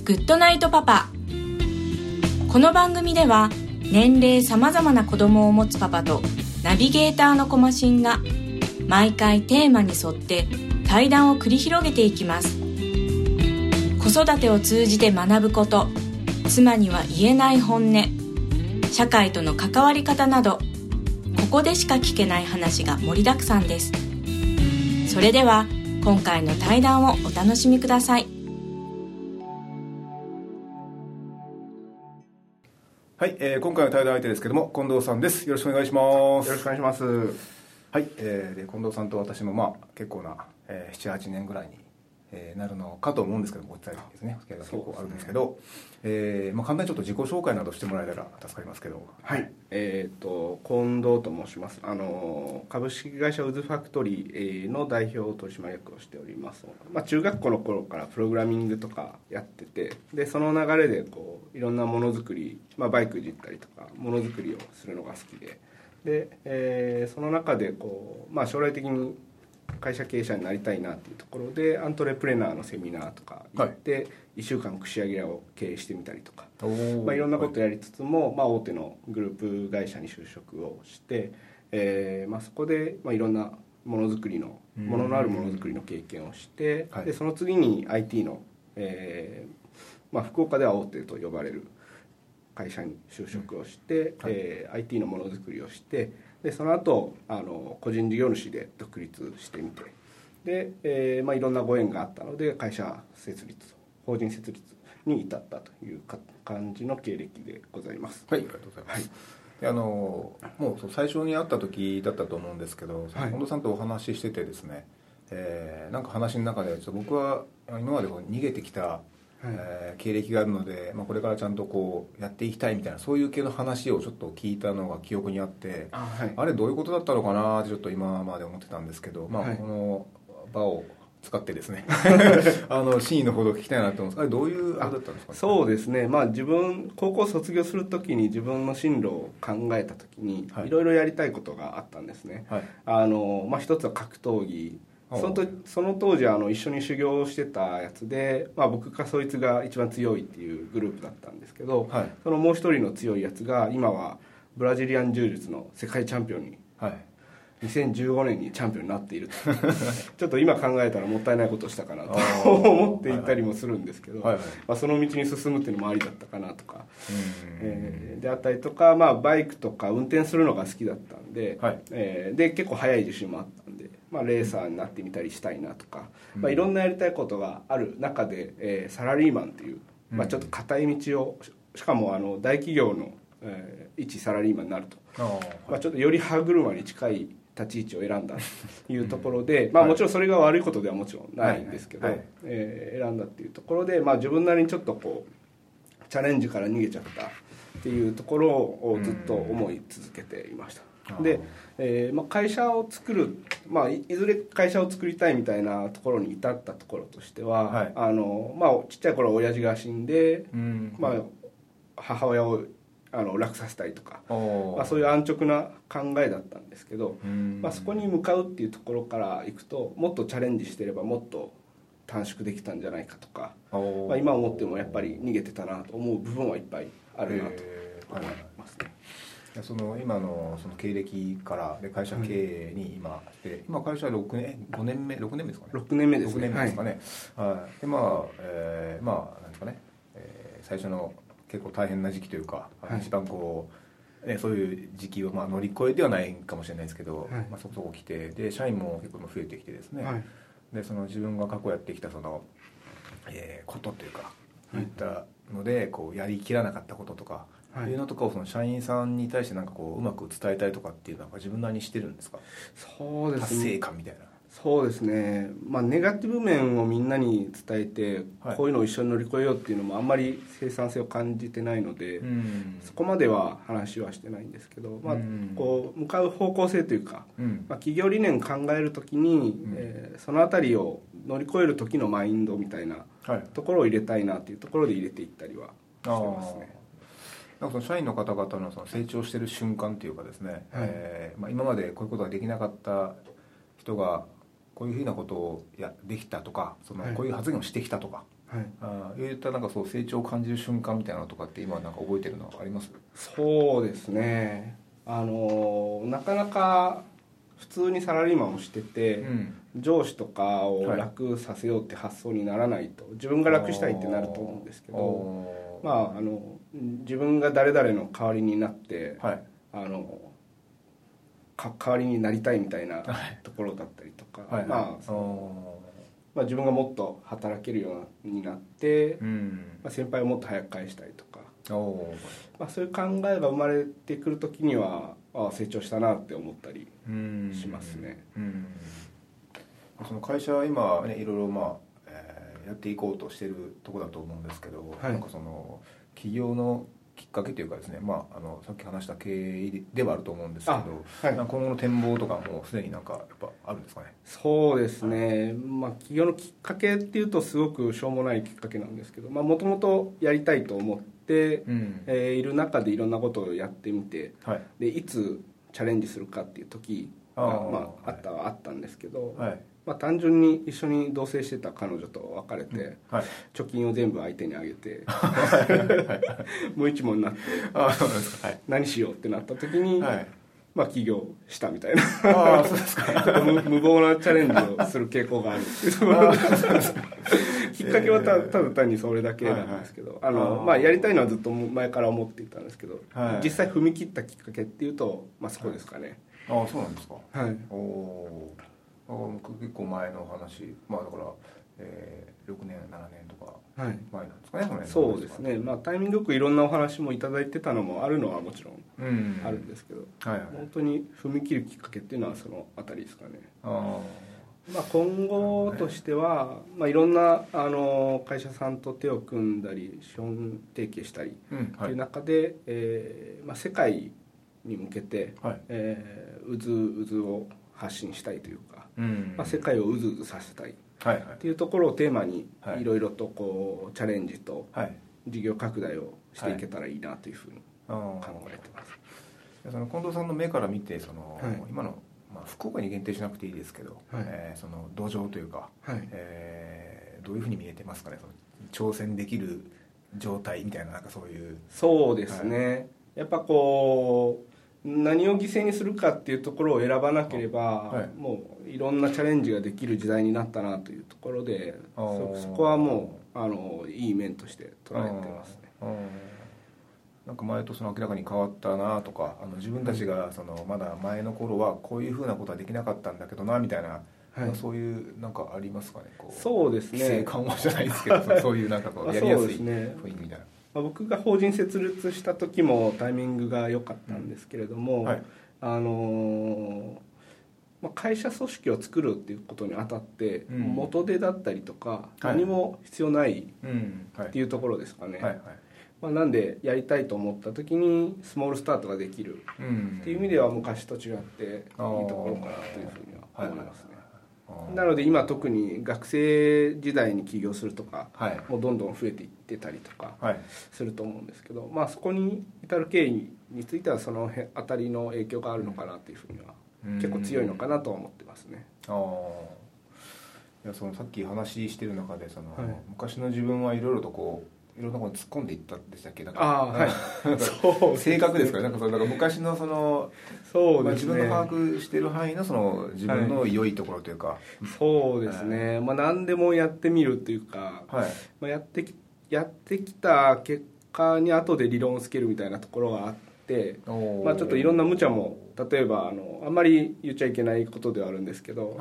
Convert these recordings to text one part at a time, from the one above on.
グッドナイトパパ。この番組では年齢さまざまな子供を持つパパとナビゲーターのコマシンが毎回テーマに沿って対談を繰り広げていきます。子育てを通じて学ぶこと、妻には言えない本音、社会との関わり方など、ここでしか聞けない話が盛りだくさんです。それでは今回の対談をお楽しみください。 はい、今回の対談相手ですけども近藤さんです。よろしくお願いします。 よろしくお願いします。 はい、で近藤さんと私も結構な、7、8年ぐらいに、なるのかと思うんですけども、お伝えですね、お付き合いが結構あるんですけど、簡単にちょっと自己紹介などしてもらえたら助かりますけど。 はい、近藤と申します。株式会社ウズファクトリーの代表取締役をしております。中学校の頃からプログラミングとかやってて、でその流れでいろんなものづくり、バイクいじったりとかものづくりをするのが好きで、その中で将来的に会社経営者になりたいなっていうところでアントレプレナーのセミナーとか行って、1週間串揚げ屋を経営してみたりとか、いろんなことやりつつも、大手のグループ会社に就職をして、そこで、いろんなものづくりのもののあるものづくりの経験をして、でその次に IT の、福岡では大手と呼ばれる会社に就職をして、IT のものづくりをして、でその後個人事業主で独立してみて、で、いろんなご縁があったので会社設立、法人設立に至ったという感じの経歴でございます。 はい、ありがとうございます。もう最初に会った時だったと思うんですけど、近藤さんとお話ししててですね、なんか話の中で僕は今まで逃げてきた経歴があるので、これからちゃんとやっていきたいみたいな、そういう系の話をちょっと聞いたのが記憶にあって、あれどういうことだったのかなってちょっと今まで思ってたんですけど、この場を使ってですね真意のほど聞きたいなと思うんです。あれどういうあれだったんですかね。 そうですね、自分高校卒業するときに自分の進路を考えたときに、いろいろやりたいことがあったんですね。一つは格闘技、その当時一緒に修行してたやつで、僕かそいつが一番強いっていうグループだったんですけど、そのもう一人の強いやつが今はブラジリアン柔術の世界チャンピオンに、2015年にチャンピオンになっているちょっと今考えたらもったいないことをしたかなと思っていたりもするんですけど、その道に進むっていうのもありだったかなとか、であったりとか、バイクとか運転するのが好きだったんで、で結構速い自信もあったんで、レーサーになってみたりしたいなとか、いろんなやりたいことがある中で、サラリーマンっていう、ちょっと固い道を、しかも大企業の、一サラリーマンになると、ちょっとより歯車に近い立ち位置を選んだというところで、もちろんそれが悪いことではもちろんないんですけど、選んだっていうところで、自分なりにちょっとチャレンジから逃げちゃったっていうところをずっと思い続けていました。で、会社を作る、いずれ会社を作りたいみたいなところに至ったところとしては、ちっちゃい頃親父が死んで、母親を楽させたいとか、そういう安直な考えだったんですけど、そこに向かうっていうところからいくと、もっとチャレンジしてればもっと短縮できたんじゃないかとか、今思ってもやっぱり逃げてたなと思う部分はいっぱいあるなと思いますね。 今のその経歴からで会社経営に今会社6年目ですかね。 6年目ですね。 6年目ですかね。でなんですかね、最初の結構大変な時期というか、一番そういう時期を乗り越えではないかもしれないですけど、そこそこ来て、で社員も結構増えてきてですね、でその自分が過去やってきたその、ことというか言ったのでやりきらなかったこととか、いうのとかをその社員さんに対してうまく伝えたいとかっていうのは自分なりにしてるんですか。 そうですね、 達成感みたいな。 そうですね、ネガティブ面をみんなに伝えて、こういうのを一緒に乗り越えようっていうのもあんまり生産性を感じてないので、そこまでは話はしてないんですけど、向かう方向性というか、企業理念考えるときに、そのあたりを乗り越える時のマインドみたいなところを入れたいなっていうところで入れていったりはしてますね。 その社員の方々のその成長している瞬間というかですね、今までこういうことができなかった人がこういうふうなことをできたとか、こういう発言をしてきたとか、 いったなんかそう成長を感じる瞬間みたいなのとかって今なんか覚えてるのはあります？ そうですね、なかなか普通にサラリーマンをしてて、上司とかを楽させようって発想にならないと、自分が楽したいってなると思うんですけど、自分が誰々の代わりになって、代わりになりたいみたいなところだったりとか、自分がもっと働けるようになって、先輩をもっと早く返したいとか、そういう考えが生まれてくる時には成長したなって思ったりしますね。 その会社は今ねいろいろやっていこうとしてるところだと思うんですけど、なんかその起業のきっかけというかですね、さっき話した経緯ではあると思うんですけど、今後の展望とかもうすでになんかやっぱあるんですかね？ そうですね、起業のきっかけっていうとすごくしょうもないきっかけなんですけど、もともとやりたいと思っている中でいろんなことをやってみて、でいつチャレンジするかっていう時があったんですけど、単純に一緒に同棲してた彼女と別れて、貯金を全部相手にあげて無一文になって何しようってなった時に、起業したみたいなそうですか無謀なチャレンジをする傾向があるっていうところきっかけはただ単にそれだけなんですけど、やりたいのはずっと前から思っていたんですけど、実際踏み切ったきっかけっていうと、そこですかね。 そうなんですか。結構前の話、だから、6年7年とか前なんですかね、 そうですね、タイミングよくいろんなお話もいただいてたのもあるのはもちろんあるんですけど、本当に踏み切るきっかけっていうのはそのあたりですかね。今後としては、いろんな会社さんと手を組んだり資本提携したりという中で、世界に向けて、うずうずを発信したいというか、世界をうずうずさせたいっていうところをテーマにいろいろとこうチャレンジと事業拡大をしていけたらいいなというふうに考えてます。 その近藤さんの目から見て今の、福岡に限定しなくていいですけど、その土壌というか、どういうふうに見えてますかね、その挑戦できる状態みたいな、なんかそういう。 そうですね、やっぱこう何を犠牲にするかっていうところを選ばなければ、もういろんなチャレンジができる時代になったなというところで、そこはもういい面として捉えてますね。 なんか前と明らかに変わったなとか、自分たちがまだ前の頃はこういうふうなことはできなかったんだけどなみたいな、そういうなんかありますかね。 そうですね、 規制緩和じゃないですけどそういうなんかやりやすい雰囲気みたいな。 僕が法人設立した時もタイミングが良かったんですけれども、会社組織を作るっていうことにあたって、元手だったりとか何も必要ないっていうところですかね。なんでやりたいと思った時にスモールスタートができるっていう意味では昔と違っていいところかなというふうには思いますね。なので今特に学生時代に起業するとか、もうどんどん増えていってたりとかすると思うんですけど、そこに至る経緯についてはそのあたりの影響があるのかなというふうには結構強いのかなとは思ってますね。 いや、さっき話してる中で昔の自分はいろいろといろんなことに突っ込んでいったんでしたっけ。性格ですかね。なんか昔の自分の把握してる範囲の自分の良いところというか、 そうですね、何でもやってみるというか、やってきた結果に後で理論をつけるみたいなところがあって、ちょっといろんな無茶も、例えばあんまり言っちゃいけないことではあるんですけど、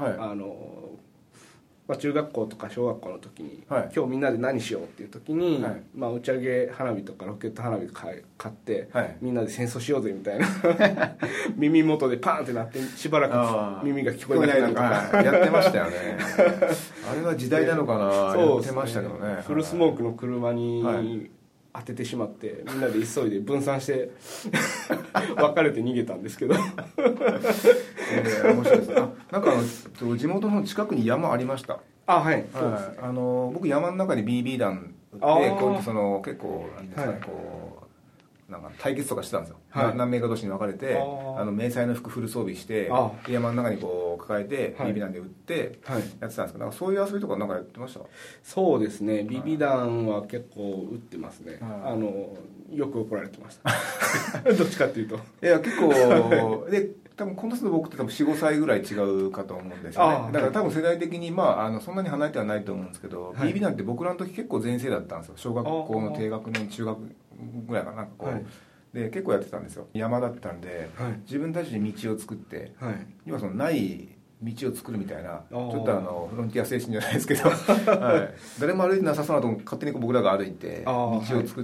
中学校とか小学校の時に、今日みんなで何しようっていう時に、打ち上げ花火とかロケット花火買って、みんなで戦争しようぜみたいな耳元でパーンってなってしばらく耳が聞こえないとかやってましたよねあれは時代なのかな。やってましたけどね。 フルスモークの車に当ててしまって、みんなで急いで分散して別れて逃げたんですけど面白いです。なんか地元の近くに山ありました。 そうですね。 僕山の中に BB 弾で結構なんですかね、 なんか対決とかしてたんですよ、 はい、 何名か同士に分かれて迷彩の服フル装備して山の中にこう抱えてビビ弾で撃ってやってたんですけど、なんかそういう遊びとかなんかやってました？ そうですね、ビビ弾は結構撃ってますね、よく怒られてましたどっちかっていうといや結構で多分今年の僕って多分 4,5 歳ぐらい違うかと思うんですよね。だから多分世代的に、そんなに離れてはないと思うんですけど、ビビ弾って僕らの時結構全盛だったんですよ。小学校の低学年中学ぐらいかな、なんかこう、で結構やってたんですよ。山だったんで、自分たちで道を作って、今そのない道を作るみたいな、ちょっとフロンティア精神じゃないですけど、誰も歩いてなさそうなとこ勝手に僕らが歩いて道を作って、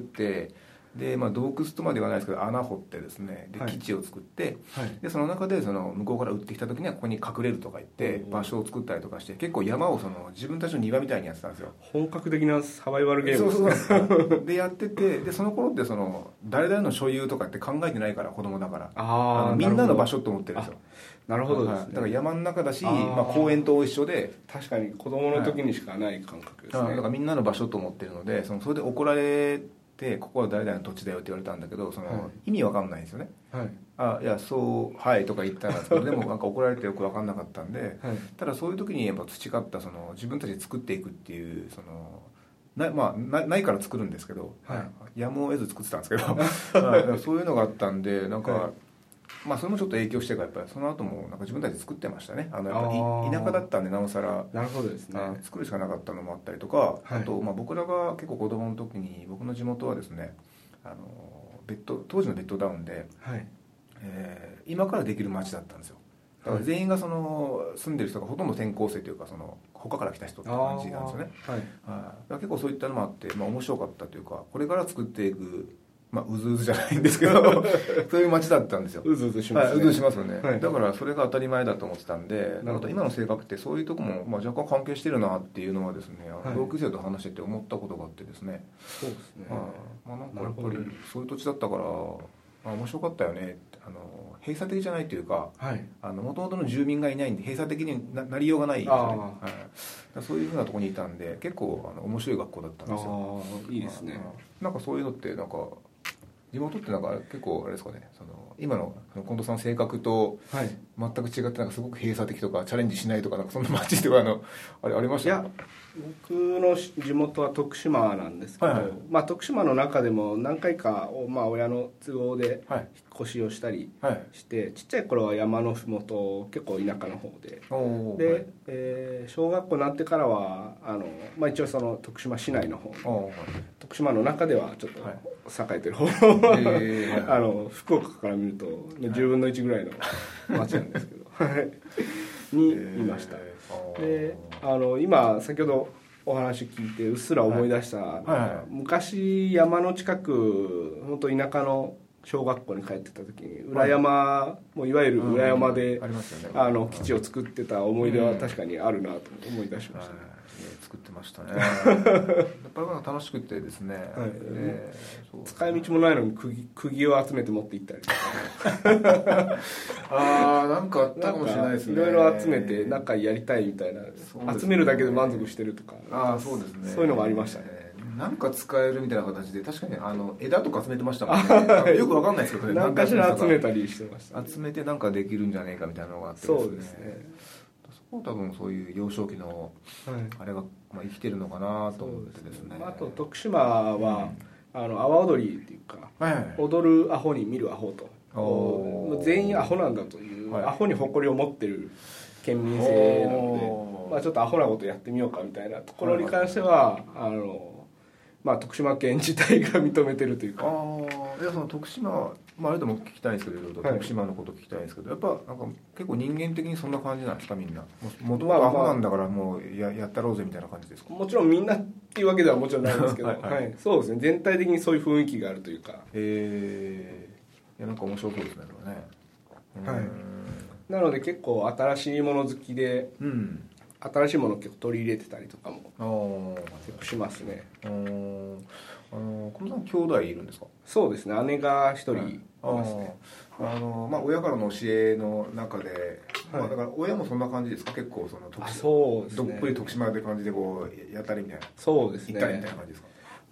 で洞窟とまではないですけど穴掘ってですね、で基地を作って、でその中でその向こうから撃ってきた時にはここに隠れるとか言って場所を作ったりとかして、結構山をその自分たちの庭みたいにやってたんですよ。 本格的なサバイバルゲームですね。 そうでやってて、でその頃ってその誰々の所有とかって考えてないから、子供だからみんなの場所と思ってるんですよ。 なるほどですね。 だから山の中だし、公園と一緒で、 確かに子供の時にしかない感覚ですね。 だからみんなの場所と思ってるので、それで怒られて、ここは誰々の土地だよって言われたんだけど、その意味わかんないんですよね。いやそうはいとか言ったんですけど、でもなんか怒られてよく分かんなかったんで、ただそういう時にやっぱ培ったその自分たちで作っていくっていうそのないから作るんですけど、やむを得ず作ってたんですけどそういうのがあったんで、なんか、それもちょっと影響してから、やっぱりその後もなんか自分たちで作ってましたね。やっぱ田舎だったんで、なおさらなるほどですね、 作るしかなかったのもあったりとか、あと僕らが結構子供の時に、僕の地元はですね、当時のベッドダウンで、今からできる町だったんですよ。だから全員がその住んでる人がほとんど転校生というか、その他から来た人って感じなんですよね。結構そういったのもあって、面白かったというか、これから作っていく、うずうずじゃないんですけどそういう街だったんですよ。 うずうずしますね。 うずうずしますよね。だからそれが当たり前だと思ってたんで、今の性格ってそういうとこも若干関係してるなっていうのはですね、同級生と話してて思ったことがあってですね。 そうですね。 なんかやっぱりそういう土地だったから面白かったよね。閉鎖的じゃないというか、もともとの住民がいないんで閉鎖的になりようがないですよね。そういうふうなところにいたんで、結構面白い学校だったんですよ。 いいですね。 なんかそういうのってなんか地元ってなんか結構あれですかね、今の近藤さんの性格と全く違って、なんかすごく閉鎖的とかチャレンジしないとか、なんかそんな街とかありました？ いや、僕の地元は徳島なんですけど、徳島の中でも何回か、親の都合で引っ越しをしたりして、ちっちゃい頃は山のふもと、結構田舎の方で、小学校になってからは一応その徳島市内の方、徳島の中ではちょっと栄えてる方の福岡から見ると10分の1ぐらいの町なんですけどにいました。で今先ほどお話聞いてうっすら思い出した、昔山の近く、本当田舎の小学校に帰ってた時に裏山、もういわゆる裏山で、基地を作ってた思い出は確かにあるなと思い出しました。 作ってましたね。やっぱり楽しくてですね、 使い道もないのに釘を集めて持って行ったりとかなんかあったかもしれないですね。 いろいろ集めて仲やりたいみたいな、集めるだけで満足してるとか、 そうですね、 そういうのもありましたね。 なんか使えるみたいな形で、確かに枝とか集めてましたもんね。よくわかんないですけどね、 何かしら集めたりしてました、 集めてなんかできるんじゃねえかみたいなのがあってそうですね。 多分そういう幼少期のあれが生きてるのかなと思ってですね。 あと徳島は阿波踊りっていうか、踊るアホに見るアホと、全員アホなんだという、アホに誇りを持ってる県民性なので、ちょっとアホなことやってみようかみたいなところに関しては徳島県自体が認めてるというか。 いや、その徳島、あれでも聞きたいんですけど、徳島のこと聞きたいんですけど、やっぱなんか結構人間的にそんな感じなんですか、みんな。もともとアホなんだからもうやったろうぜみたいな感じですか？ もちろんみんなっていうわけではもちろんないんですけど、そうですね、全体的にそういう雰囲気があるというか。 いや、なんか面白そうですね、これね。 なので結構新しいもの好きで、新しいものを結構取り入れてたりとかも結構しますね。 小野さん兄弟いるんですか？ そうですね、姉が一人いますね。 親からの教えの中で、だから親もそんな感じですか？結構そのそうですね、 どっぷり徳島で感じでこうやったりみたいな、 そうですね、 行ったりみたいな感じですか？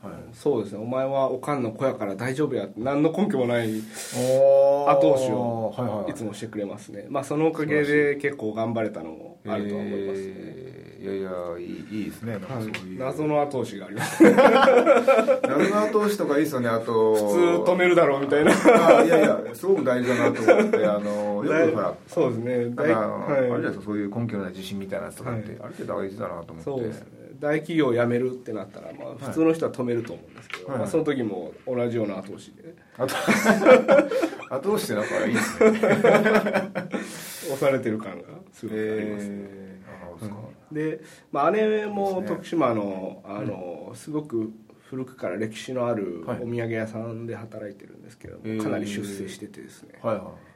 そうですね、お前はおかんの子やから大丈夫やって何の根拠もない後押しをいつもしてくれますね。そのおかげで結構頑張れたのもあるとは思いますね。 いやいいですね。なんかそういう、 謎の後押しがあります謎の後押しとかいいですよね。あと普通止めるだろうみたいな。 いやすごく大事だなと思ってよくほらそうですね、 あれじゃないですか、そういう根拠のない自信みたいなやつとかって、ある程度大事だなと思って。 そうですね、大企業を辞めるってなったら、普通の人は止めると思うんですけど、その時も同じような後押しで後押しってなんかいいですね。 押されてる感がすごくありますね。で、姉も徳島の、すごく古くから歴史のあるお土産屋さんで働いてるんですけども、かなり出世しててですね、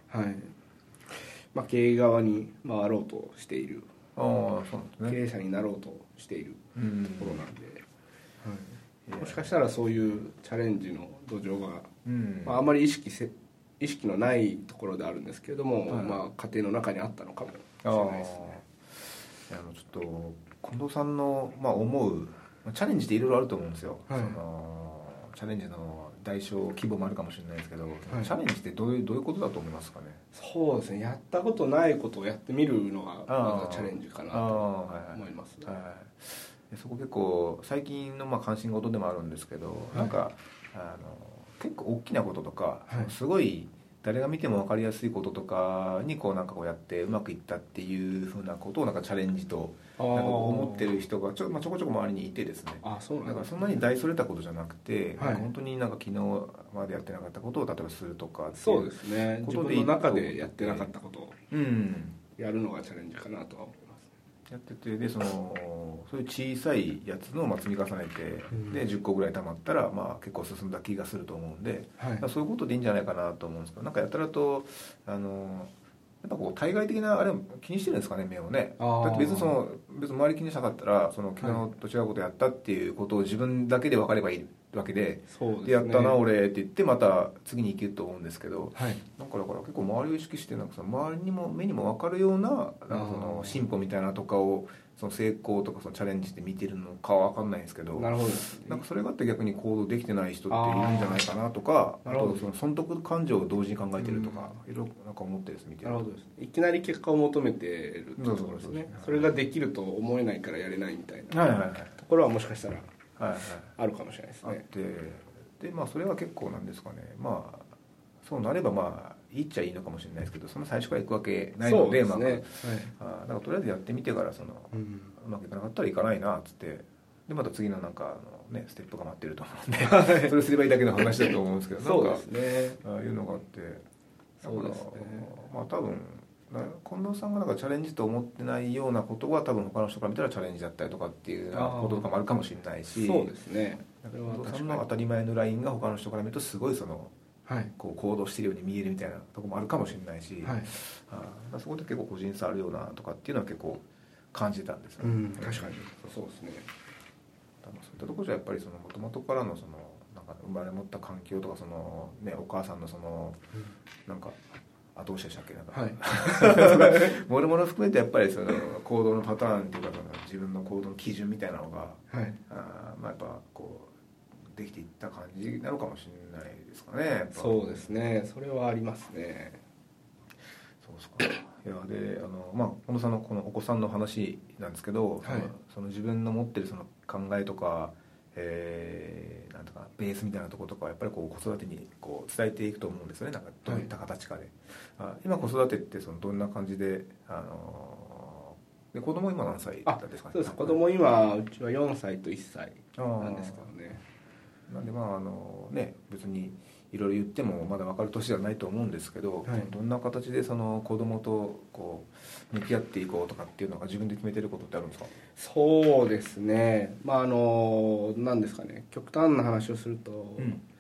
経営側に回ろうとしている、経営者になろうとしているところなんで、もしかしたらそういうチャレンジの土壌が、あんまり意識のないところであるんですけれども、家庭の中にあったのかもしれないですね。 ちょっと近藤さんの、思うチャレンジっていろいろあると思うんですよ。そのチャレンジの代償規模もあるかもしれないですけど、チャレンジってどういうことだと思いますかね。 そうですね、やったことないことをやってみるのがまずチャレンジかなと思いますね。 そこ結構最近の関心事でもあるんですけど、なんか結構大きなこととか、すごい誰が見ても分かりやすいこととかになんかやってうまくいったっていうふうなことをなんかチャレンジとなんか思ってる人がちょこちょこ周りにいてですね。だからそんなに大それたことじゃなくて、本当になんか昨日までやってなかったことを例えばするとか、 そうですね、自分の中でやってなかったことをやるのがチャレンジかなとは思います。 やってて、でそういう小さいやつの積み重ねて、で10個ぐらい溜まったら結構進んだ気がすると思うんで、そういうことでいいんじゃないかなと思うんですけど、なんかやたらとやっぱ対外的なあれも気にしてるんですかね、目をね。だって別に周り気にしなかったら昨日と違うことやったっていうことを自分だけで分かればいいわけで、でやったな俺って言ってまた次に行けると思うんですけど、だから結構周りを意識してなんか周りにも目にも分かるような、なんか進歩みたいなとかを成功とかチャレンジで見てるのかは分かんないんですけど、なんかそれがあって逆に行動できてない人っているんじゃないかなとか、あと損得感情を同時に考えてるとか、いろいろなんか思ってるんです、見てる。 なるほどですね、いきなり結果を求めてるってところですね。それができると思えないからやれないみたいなところはもしかしたらあるかもしれないですね。 でそれは結構なんですかね、そうなればいいっちゃいいのかもしれないですけど、その最初から行くわけないので、だからとりあえずやってみてからうまくいかなかったらいかないなっつって、でまた次のなんかステップが待ってると思うんでそれすればいいだけの話だと思うんですけど、 そうですね、 ああいうのがあって、そうですね、多分近藤さんがなんかチャレンジと思ってないようなことは多分他の人から見たらチャレンジだったりとかっていうこととかもあるかもしれないし、 そうですね、 近藤さんの当たり前のラインが他の人から見るとすごいこう行動してるように見えるみたいなところもあるかもしれないし、そこで結構個人差あるようなとかっていうのは結構感じたんですよね。 確かにそうですね。 そういったところじゃやっぱりもともとからのなんか生まれ持った環境とかお母さんのなんか後押しでしたっけ、なんかもろもろ含めてやっぱり行動のパターンっていうか自分の行動の基準みたいなのが、やっぱできていった感じなのかもしれないですかね。 そうですね、それはありますね。 そうですか。いやで近藤さんのこのお子さんの話なんですけど、自分の持ってる考えとか、なんとかベースみたいなところとかはやっぱり子育てに伝えていくと思うんですよね。なんかどういった形かで、今子育てってどんな感じで、で子供今何歳ですかね。 そうです、子供今うちは4歳と1歳なんですけどね。 なんで別にいろいろ言ってもまだ分かる年ではないと思うんですけど、どんな形で子供と向き合っていこうとかっていうのが自分で決めてることってあるんですか。 そうですね、なんですかね、極端な話をすると、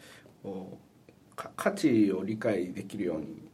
価値を理解できるように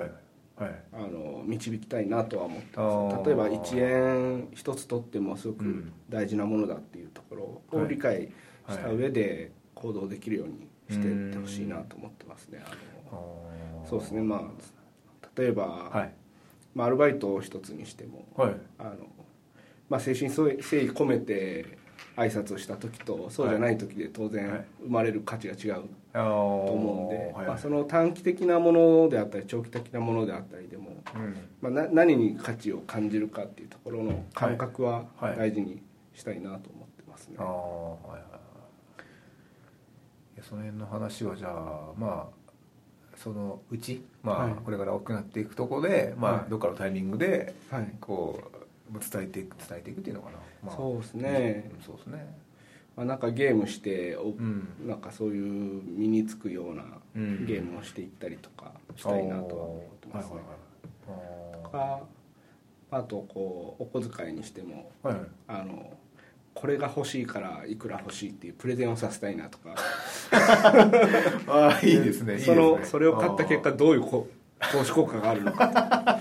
導きたいなとは思ってます。例えば1円一つ取ってもすごく大事なものだっていうところを理解した上で行動できるようにしていってほしいなと思ってますね。そうですね、例えば、アルバイトを一つにしても、誠心誠意込めて挨拶をした時とそうじゃない時で当然生まれる価値が違うと思うんで、その短期的なものであったり長期的なものであったりでも、何に価値を感じるかっていうところの感覚は大事にしたいなと思ってますね。 その辺の話はじゃあそのうち、これから大きくなっていくところで、どっかのタイミングでこう伝えていくっていうのかな。 そうですね。 そうですね。 なんかゲームしてなんかそういう身につくようなゲームをしていったりとかしたいなとは思ってますね。あとこうお小遣いにしても、これが欲しいからいくら欲しいっていうプレゼンをさせたいなとかいいですね。 それを買った結果どういう投資効果があるのか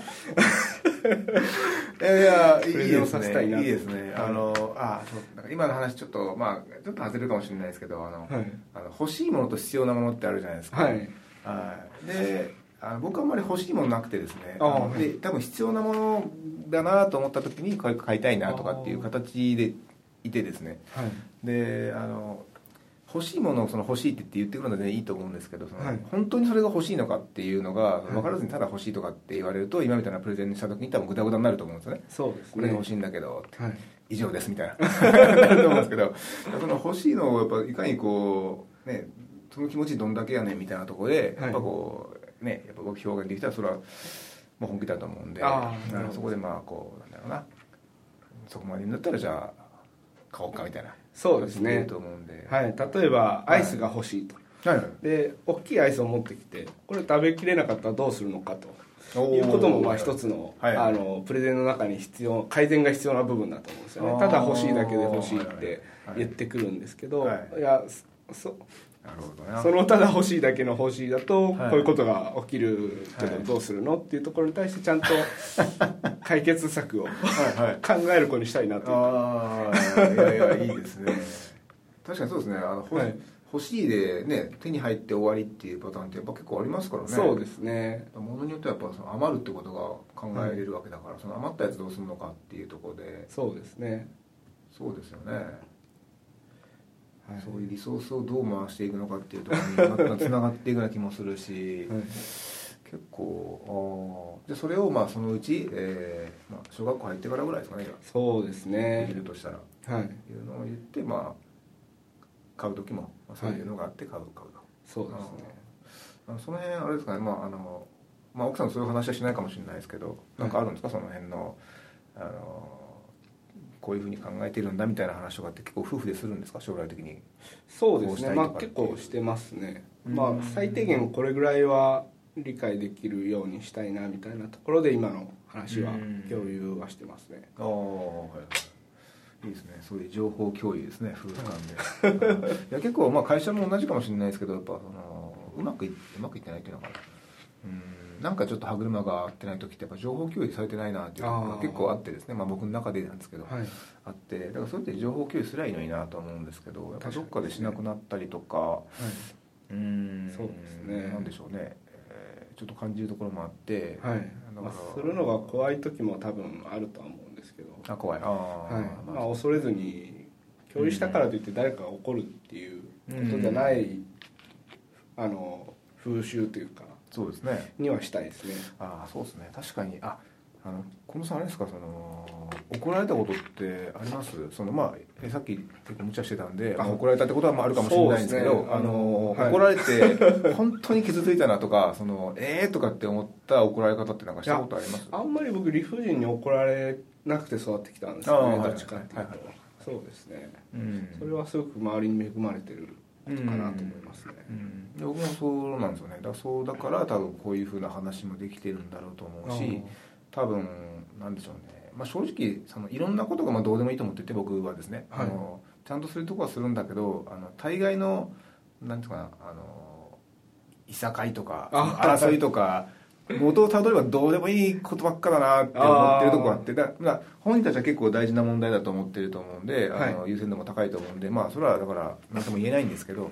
いやいいですね。いいですね。今の話ちょっと外れるかもしれないですけど、欲しいものと必要なものってあるじゃないですか。で僕はあんまり欲しいものなくてですね、で多分必要なものだなと思った時にこれ買いたいなとかっていう形でいてですね、で欲しいものを欲しいって言ってくるのでいいと思うんですけど、本当にそれが欲しいのかっていうのが分からずにただ欲しいとかって言われると、今みたいなプレゼンした時に多分グダグダになると思うんですよね。 そうですね。 これが欲しいんだけど、以上ですみたいななると思うんですけど、その欲しいのをやっぱいかにこうね、その気持ちどんだけやねんみたいなところでやっぱこうね、やっぱ表現できたらそれはもう本気だと思うんで、そこでこうなんだろうな、そこまでになったらじゃあ買おうかみたいな。 そうですね。 と思うんで、 例えばアイスが欲しいと、で大きいアイスを持ってきてこれ食べきれなかったらどうするのかということも一つの、プレゼンの中に改善が必要な部分だと思うんですよね。ただ欲しいだけで欲しいって言ってくるんですけど、いやなるほどな。 そのただ欲しいだけの欲しいだとこういうことが起きるけどどうするのっていうところに対してちゃんと解決策を考える子にしたいなというか。いやいいですね。確かにそうですね。欲しいでね、手に入って終わりっていうパターンってやっぱ結構ありますからね。 そうですね。 ものによってはやっぱ余るってことが考えれるわけだから、その余ったやつどうするのかっていうところで。 そうですね。 そうですよね。そういうリソースをどう回していくのかっていうところにつながっていくような気もするし、結構でそれをそのうち、小学校入ってからぐらいですかね。 そうですね。 できるとしたら、いうのを言って買う時もそういうのがあって買うと。 そうですね。 その辺あれですかね。奥さんそういう話はしないかもしれないですけど、なんかあるんですか、その辺のこういうふうに考えてるんだみたいな話とかって結構夫婦でするんですか、将来的に。 そうですね。結構してますね。最低限これぐらいは理解できるようにしたいなみたいなところで今の話は共有はしてますね。 いいですね。そういう情報共有ですね、夫婦間で。いや結構会社も同じかもしれないですけど、やっぱうまくいってないっていうのかな。なんかちょっと歯車が合ってない時ってやっぱ情報共有されてないなっていうのが結構あってですね、僕の中でなんですけど、あって、だからそうやって情報共有すりゃいいのになと思うんですけど、やっぱどっかでしなくなったりとか、 そうですね。 なんでしょうね、ちょっと感じるところもあって、 するのが怖い時も多分あるとは思うんですけど、 怖い。 恐れずに共有したからといって誰かが怒るっていうことじゃない風習というか。 そうですね。 にはしたいですね。 そうですね。確かに近藤さんあれですか、怒られたことってあります？さっき結構無茶してたんで、怒られたってことはあるかもしれないんですけど、怒られて本当に傷ついたなとか、とかって思った怒られ方ってなんかしたことあります？ あんまり僕理不尽に怒られなくて育ってきたんですよね。どっちかっていうと、そうですね。それはすごく周りに恵まれてることかなと思いますね。 僕もそうなんですよね。だから多分こういう風な話もできてるんだろうと思うし、多分なんでしょうね。正直いろんなことがどうでもいいと思ってて、僕はですね、ちゃんとするとこはするんだけど、大概のなんていうかな、いさかいとか争いとか元をたどればどうでもいいことばっかだなって思ってるとこがあって、本人たちは結構大事な問題だと思ってると思うんで、優先度も高いと思うんで、それはだから何とも言えないんですけど、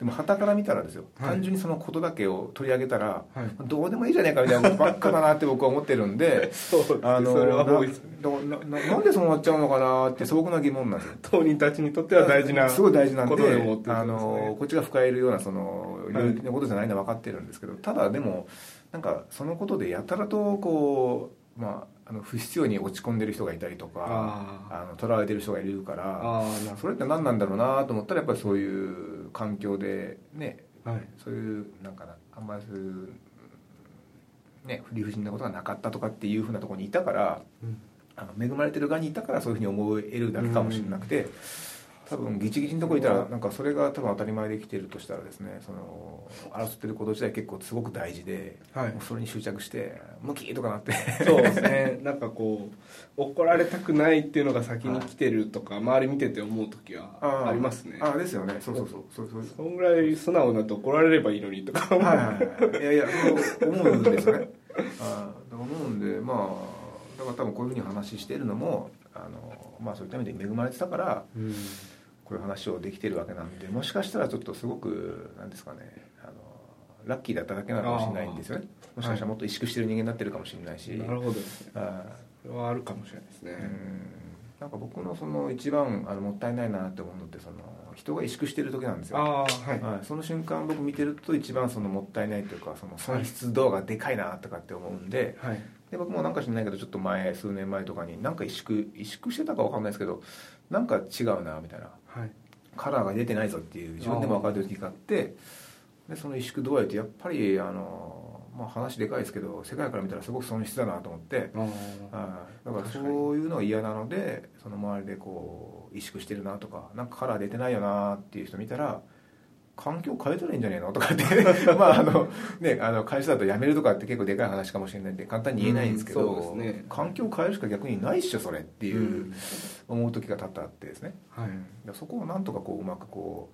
でも傍から見たらですよ、単純にそのことだけを取り上げたら、どうでもいいじゃねえかみたいなことばっかだなって僕は思ってるんでそうそれは多いですね。 なんでそうなっちゃうのかなって素朴な疑問なんですよ。 当人たちにとっては大事なすごい大事なんで、 ことでもっていうことですね。 こっちが深入るようなその領域のことじゃないのは分かってるんですけど、ただでもなんかそのことでやたらとこう不必要に落ち込んでる人がいたりとかとらわれてる人がいるから、それって何なんだろうなと思ったら、やっぱりそういう環境でね、そういうなんかな、あんまりそういうね理不尽なことがなかったとかっていうふうなところにいたから、恵まれてる側にいたからそういうふうに思えるだけかもしれなくて、多分ギチギチのところにいたらなんかそれが多分当たり前で生きてるとしたらですね、その争ってること自体結構すごく大事で、もうそれに執着してムキーとかなってそうですね。なんかこう怒られたくないっていうのが先に来てるとか、周り見てて思う時はありますね。 ですよね。そうそんぐらい素直になって怒られればいいのにとかいやそう思うんですよね。思うんで、だから多分こういうふうに話しているのもそういった意味で恵まれてたから、こういう話をできてるわけなんで、もしかしたらちょっとすごくなんですかね、ラッキーだっただけなのかもしれないんですよね。もしかしたらもっと萎縮してる人間になってるかもしれないし。 なるほどですね。それはあるかもしれないですね。 なんか僕のその一番もったいないなって思うのって、その人が萎縮してる時なんですよ。その瞬間僕見てると一番そのもったいないというか、その損失度がでかいなとかって思うんで、で僕もなんか知らないけどちょっと数年前とかになんか萎縮してたか分かんないですけど、なんか違うなみたいな、カラーが出てないぞっていう自分でも分かる時があって、でその萎縮度合いってやっぱり話でかいですけど世界から見たらすごく損失だなと思って、だからそういうのが嫌なので、その周りでこう萎縮してるなとか、なんかカラー出てないよなっていう人見たら、環境変えたらいいんじゃねえのとかって会社だと辞めるとかって結構でかい話かもしれないんで簡単に言えないんですけど、環境を変えるしか逆にないっしょそれっていう思う時が多々あってですね、そこをなんとかこううまく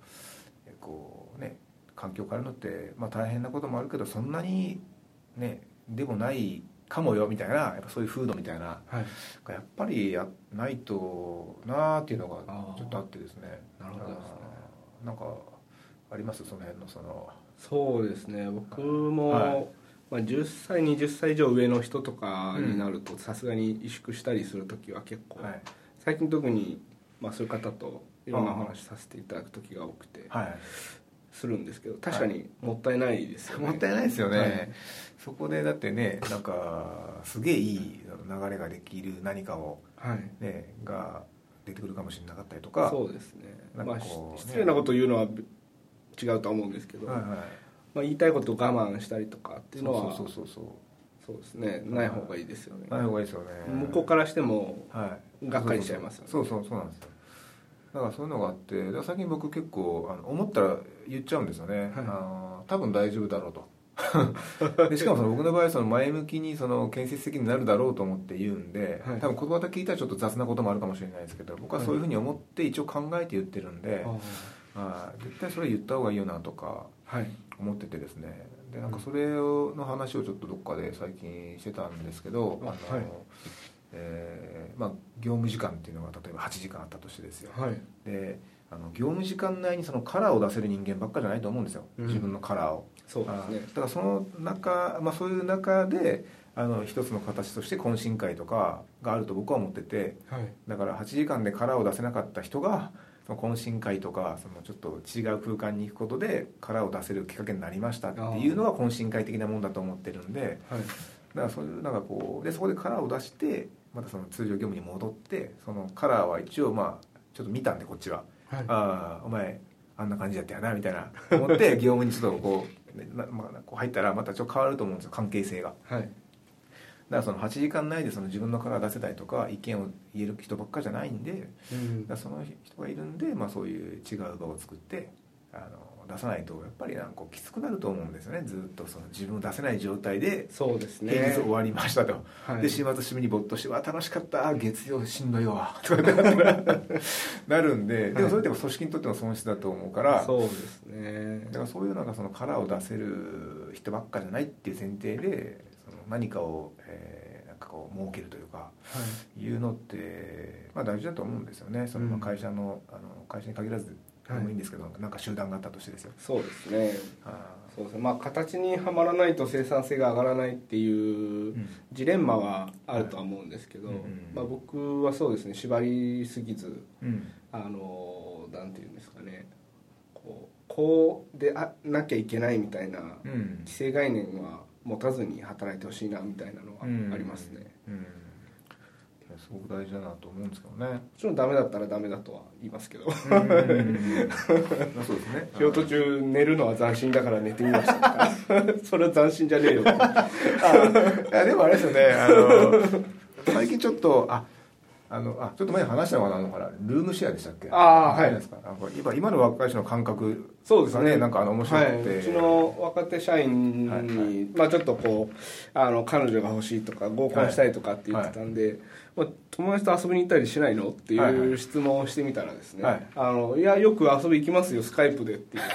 環境を変えるのって大変なこともあるけど、そんなにねでもないかもよみたいな、やっぱそういう風土みたいな、やっぱりないとなーっていうのがちょっとあってですね。 なるほどですね。 なんかあります？その辺のそうですね。僕も、10歳20歳以上上の人とかになるとさすがに萎縮したりする時は結構、最近特に、そういう方といろんな話させていただく時が多くて、するんですけど、確かにもったいないですよね。 もったいないですよね。そこでだってね、なんかすげえいい流れができる何かをが出てくるかもしれなかったりとか。 そうですね。失礼なことを言うのは違うとは思うんですけど、言いたいことを我慢したりとかっていうのはそうですね、ない方がいいですよね。 ない方がいいですよね。 向こうからしてもがっかりしちゃいますよね。 そうなんですよ。だからそういうのがあって、最近僕結構思ったら言っちゃうんですよね。多分大丈夫だろうとでしかも僕の場合前向きに建設的になるだろうと思って言うんで、多分言葉だけ聞いたらちょっと雑なこともあるかもしれないですけど、僕はそういうふうに思って一応考えて言ってるんで、絶対それ言った方がいいよなとか思っててですね。でなんかそれの話をちょっとどっかで最近してたんですけど、業務時間っていうのが例えば8時間あったとしてですよ、で業務時間内にそのカラーを出せる人間ばっかじゃないと思うんですよ、自分のカラーを。 そうですね。 だからその中、そういう中で一つの形として懇親会とかがあると僕は思ってて、だから8時間でカラーを出せなかった人がその懇親会とかちょっと違う空間に行くことでカラーを出せるきっかけになりましたっていうのが懇親会的なもんだと思ってるんで、だからそういうなんかでそこでカラーを出してまたその通常業務に戻って、そのカラーは一応ちょっと見たんでこっちは、お前あんな感じやったよなみたいな思って業務にちょっとこう入ったらまたちょっと変わると思うんですよ、関係性が。だからその8時間内で自分のカラー出せたりとか意見を言える人ばっかじゃないんで、だからその人がいるんで、そういう違う場を作って出さないとやっぱりきつくなると思うんですよね。ずっと自分を出せない状態でそうですね、 平日終わりましたと、で週末締めに没頭して楽しかった月曜しんどいわとかなるんで、でもそれでも組織にとっての損失だと思うから、 そうですね。 だからそういうカラーを出せる人ばっかじゃないっていう前提で何かを設けるというか、いうのって大事だと思うんですよね。会社に限らずでもいいんですけど、なんか集団があったとしてですよ。 そうですね。そうですね。まあ形にはまらないと生産性が上がらないっていうジレンマはあるとは思うんですけど、まあ僕はそうですね、縛りすぎず、なんていうんですかね、こうでなきゃいけないみたいな既成概念は持たずに働いてほしいなみたいなのはありますね。 すごく大事だなと思うんですけどね。もちろんダメだったらダメだとは言いますけどそうですね。 仕事中寝るのは斬新だから寝てみましたとかそれは斬新じゃねえよっていやでもあれですよね、最近ちょっとちょっと前に話したのかな、ルームシェアでしたっけ。 はいですか。今の若い人の感覚、 そうですね、 なんか面白くて、 うちの若手社員に、まあちょっとこう彼女が欲しいとか合コンしたいとかって言ってたんで、友達と遊びに行ったりしないのっていう質問をしてみたらですね、いやよく遊び行きますよスカイプでっていう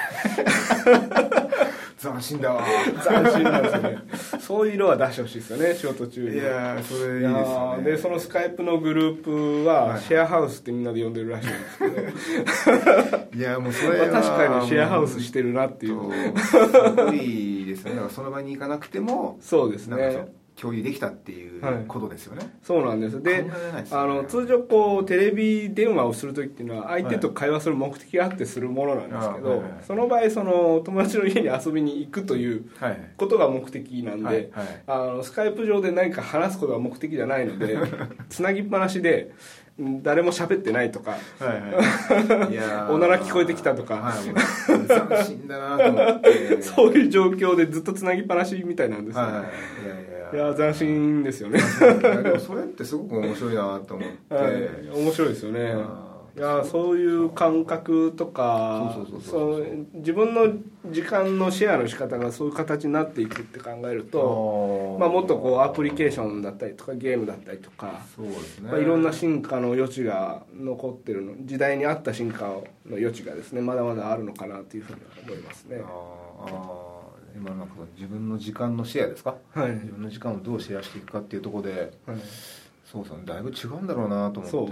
斬新だわ。 斬新なんですよね。そういう色は出してほしいですよね、仕事中に。 いやそれいいですよね。 でそのスカイプのグループはシェアハウスってみんなで呼んでるらしいんですけどいやもうそれは確かにシェアハウスしてるなっていうすごいですよね。だからその場に行かなくてもそうですね、 共有できたっていうことですよね。 そうなんです。で、通常こうテレビ電話をする時っていうのは相手と会話する目的があってするものなんですけど、その場合その友達の家に遊びに行くということが目的なんで、スカイプ上で何か話すことが目的じゃないのでつなぎっぱなしで誰も喋ってないとか、おなら聞こえてきたとか、 斬新だなと思ってそういう状況でずっとつなぎっぱなしみたいなんですよね。いや斬新ですよね。 でもそれってすごく面白いなと思って、 面白いですよね。いやそういう感覚とか自分の時間のシェアの仕方がそういう形になっていくって考えると、もっとこうアプリケーションだったりとかゲームだったりとか、 そうですね、 いろんな進化の余地が残ってるの、時代に合った進化の余地がですねまだまだあるのかなというふうに思いますね。 今なんか自分の時間のシェアですか、自分の時間をどうシェアしていくかっていうところで、そうですね、だいぶ違うんだろうなと思って。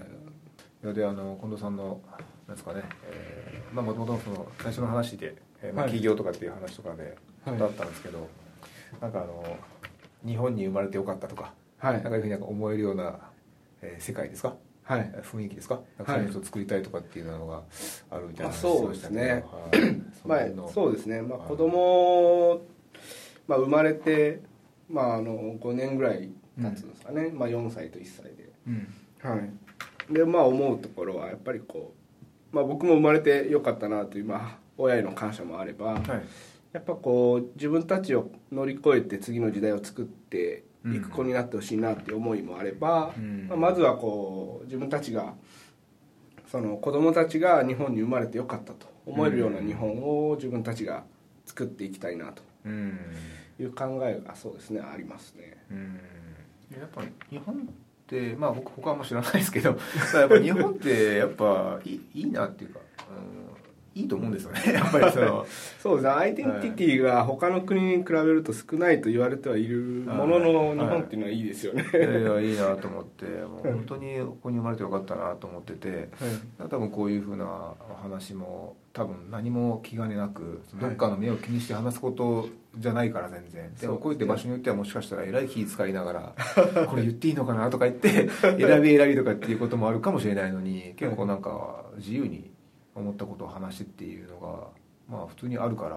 で近藤さんのなんですかね、もともとその最初の話で、起業とかっていう話とかでだったんですけど、なんか日本に生まれてよかったとか、なんかいうふうに思えるような、世界ですか、雰囲気ですか、なんかそういうのを作りたいとかっていうのがあるみたいな話をしたけど、 そうですね、子供、生まれて、5年ぐらい経つんですかね、4歳と1歳で。で思うところはやっぱりこう、僕も生まれてよかったなという、親への感謝もあれば、やっぱこう自分たちを乗り越えて次の時代を作っていく子になってほしいなっていう思いもあれば、まずはこう自分たちがその子供たちが日本に生まれてよかったと思えるような日本を自分たちが作っていきたいなという考えがそうですねありますね。 やっぱ日本で僕他はあんま知らないですけどやっぱ日本ってやっぱいいなっていうか、いいと思うんですよねやっぱりそうですね、アイデンティティが他の国に比べると少ないと言われてはいるものの、日本っていうのはいいですよね。 いいなと思って、もう本当にここに生まれてよかったなと思ってて、多分こういうふうな話も多分何も気兼ねなくどっかの目を気にして話すことじゃないから全然、でもこういった場所によってはもしかしたらえらい気遣いながらこれ言っていいのかなとか言って選びとかっていうこともあるかもしれないのに、結構なんか自由に思ったことを話してっていうのが普通にあるから、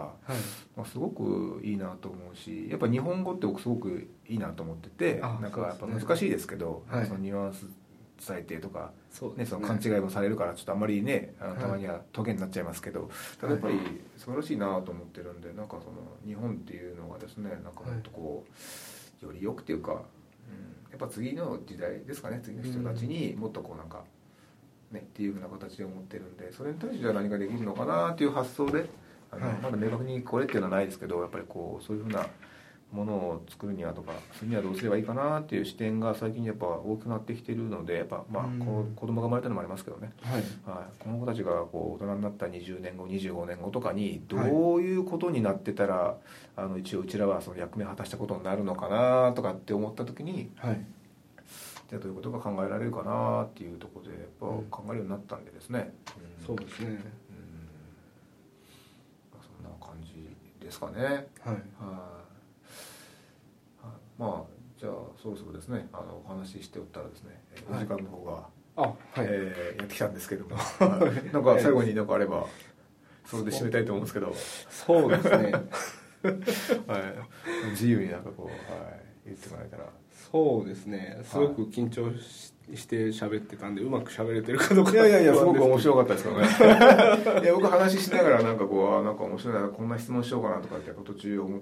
すごくいいなと思うし、やっぱ日本語って僕すごくいいなと思ってて、なんかやっぱ難しいですけど、そのニュアンス伝えてとか、その勘違いもされるからちょっとあんまりねたまにはトゲになっちゃいますけど、ただやっぱり素晴らしいなと思ってるんで、なんかその日本っていうのがですね、なんかもっとこうよりよくっていうか、やっぱ次の時代ですかね、次の人たちにもっとこうなんかっていうふうな形で思ってるんで、それに対してじゃあ何ができるのかなっていう発想で、まだ明確にこれっていうのはないですけど、やっぱりこうそういうふうなものを作るにはとか、それにはどうすればいいかなっていう視点が最近やっぱ大きくなってきてるので、やっぱ子供が生まれたのもありますけどね、この子たちがこう大人になった20年後25年後とかにどういうことになってたら、一応うちらはその役目を果たしたことになるのかなとかって思った時に、じゃあどういうことが考えられるかなっていうところでやっぱ考えるようになったんでですね、 そうですね、 ですかね。はい、まあじゃあそろそろですねお話ししておったらですね、お時間の方が、やってきたんですけどもなんか最後になんかあればそれで締めたいと思うんですけど。 そうですね自由になんかこう、言ってもらえたら。 そうですね、すごく緊張して喋ってたんでうまく喋れてるかどうか。 いやすごく面白かったですけどねいや僕話しながらなんかこうなんか面白いな、こんな質問しようかなとかって途中思って、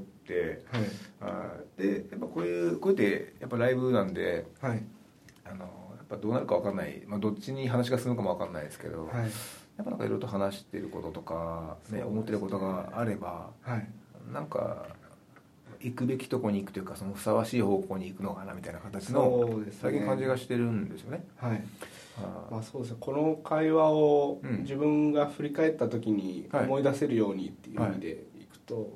でやっぱこうやってやっぱライブなんで、やっぱどうなるか分かんない、どっちに話が進むかも分かんないですけど、やっぱなんかいろいろと話していることとか、思ってることがあれば、なんか行くべきとこに行くというか、そのふさわしい方向に行くのかなみたいな形の最近感じがしてるんですよね。 そうですね、この会話を自分が振り返った時に思い出せるようにっていう意味でいくと、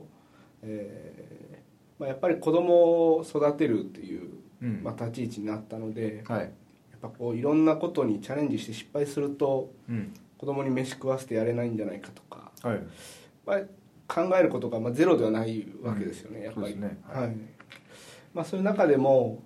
やっぱり子供を育てるっていう、立ち位置になったので、やっぱこういろんなことにチャレンジして失敗すると、子供に飯食わせてやれないんじゃないかとか、考えることがゼロではないわけですよね、やっぱり。そういう中でも、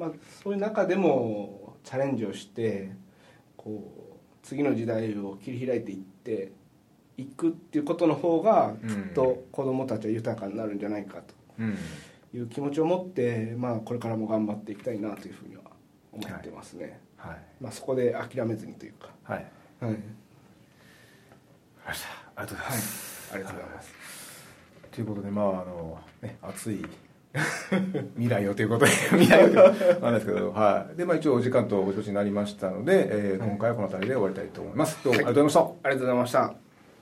チャレンジをしてこう次の時代を切り開いていっていくっていうことの方がきっと子どもたちは豊かになるんじゃないかという気持ちを持って、これからも頑張っていきたいなというふうには思ってますね。そこで諦めずにというか。ありがとうございます。 ありがとうございます。 ということで熱い未来をということで未来をというなんですけど、で一応お時間とお調子になりましたので、今回はこの辺りで終わりたいと思います。どうもありがとうございました。 ありがとうございました。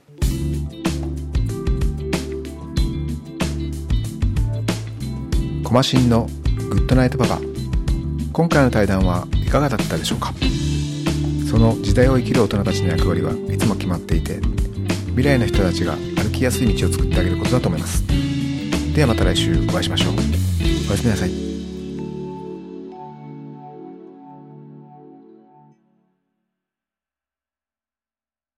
コマシンのグッドナイトパパ、今回の対談はいかがだったでしょうか。その時代を生きる大人たちの役割はいつも決まっていて、未来の人たちが歩きやすい道を作ってあげることだと思います。ではまた来週お会いしましょう。おやすみなさい。